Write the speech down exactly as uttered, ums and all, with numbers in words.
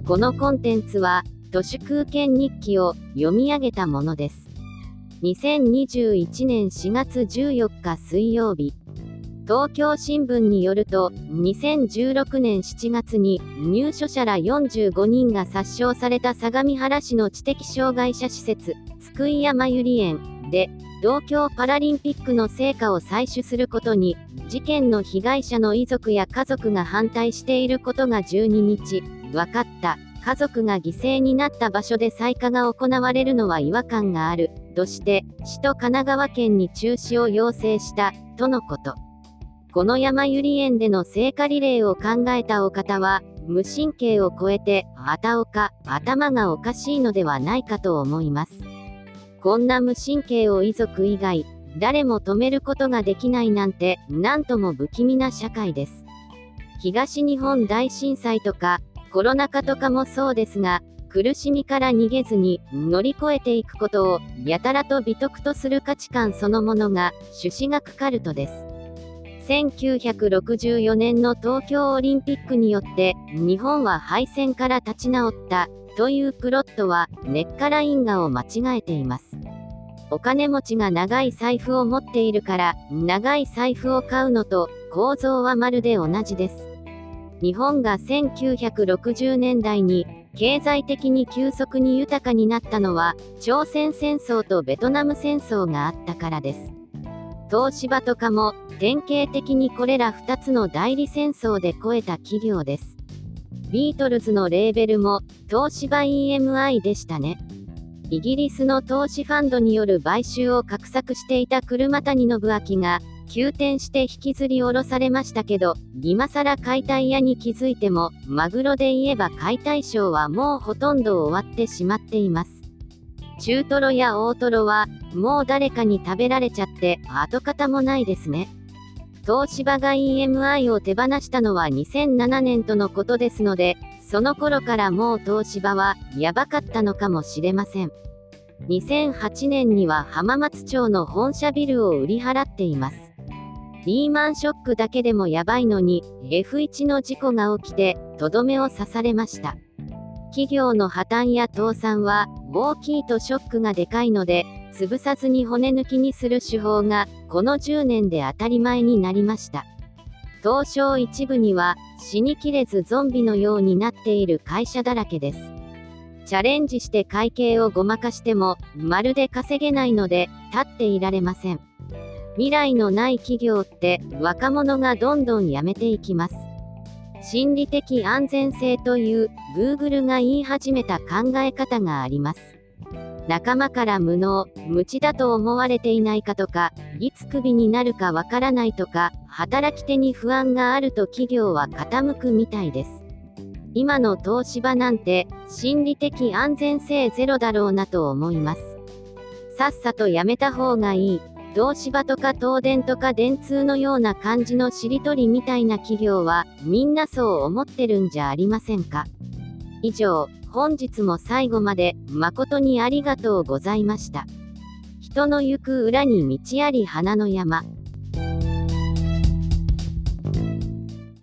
このコンテンツは都市空間日記を読み上げたものです。にせんにじゅういちねんしがつじゅうよっか水曜日、東京新聞によると、にせんじゅうろくねんしちがつに入所者らよんじゅうごにんが殺傷された相模原市の知的障害者施設、津久井やまゆり園で、東京パラリンピックの成果を採取することに、事件の被害者の遺族や家族が反対していることがじゅうににち、分かった。家族が犠牲になった場所で採火が行われるのは違和感がある、として、市と神奈川県に中止を要請した、とのこと。このやまゆり園での聖火リレーを考えたお方は、無神経を超えて、あたおか、頭がおかしいのではないかと思います。こんな無神経を遺族以外、誰も止めることができないなんて、なんとも不気味な社会です。東日本大震災とか、コロナ禍とかもそうですが、苦しみから逃げずに乗り越えていくことを、やたらと美徳とする価値観そのものが、朱子学カルトです。せんきゅうひゃくろくじゅうよねんの東京オリンピックによって日本は敗戦から立ち直ったというプロットは根っから因果を間違えています。お金持ちが長い財布を持っているから長い財布を買うのと構造はまるで同じです。日本がせんきゅうひゃくろくじゅうねんだいに経済的に急速に豊かになったのは朝鮮戦争とベトナム戦争があったからです。東芝とかも典型的にこれらふたつの代理戦争で超えた企業です。ビートルズのレーベルも東芝 イーエムアイ でしたね。イギリスの投資ファンドによる買収を画策していた車谷信明が急転して引きずり下ろされましたけど、今更解体屋に気づいてもマグロで言えば解体ショーはもうほとんど終わってしまっています。中トロや大トロはもう誰かに食べられちゃって跡形もないですね。東芝が イーエムアイ を手放したのはにせんななねんとのことですので、その頃からもう東芝はやばかったのかもしれません。にせんはちねんには浜松町の本社ビルを売り払っています。リーマンショックだけでもやばいのに エフワン の事故が起きてとどめを刺されました。企業の破綻や倒産は大きいとショックがでかいので、潰さずに骨抜きにする手法がこのじゅうねんで当たり前になりました。東証一部には死にきれずゾンビのようになっている会社だらけです。チャレンジして会計をごまかしてもまるで稼げないので立っていられません。未来のない企業って若者がどんどん辞めていきます。心理的安全性という Google が言い始めた考え方があります。仲間から無能、無知だと思われていないかとか、いつクビになるかわからないとか、働き手に不安があると企業は傾くみたいです。今の東芝なんて心理的安全性ゼロだろうなと思います。さっさと辞めた方がいい。東芝とか東電とか電通のような感じのしりとりみたいな企業はみんなそう思ってるんじゃありませんか。以上、本日も最後まで誠にありがとうございました。人の行く裏に道あり花の山。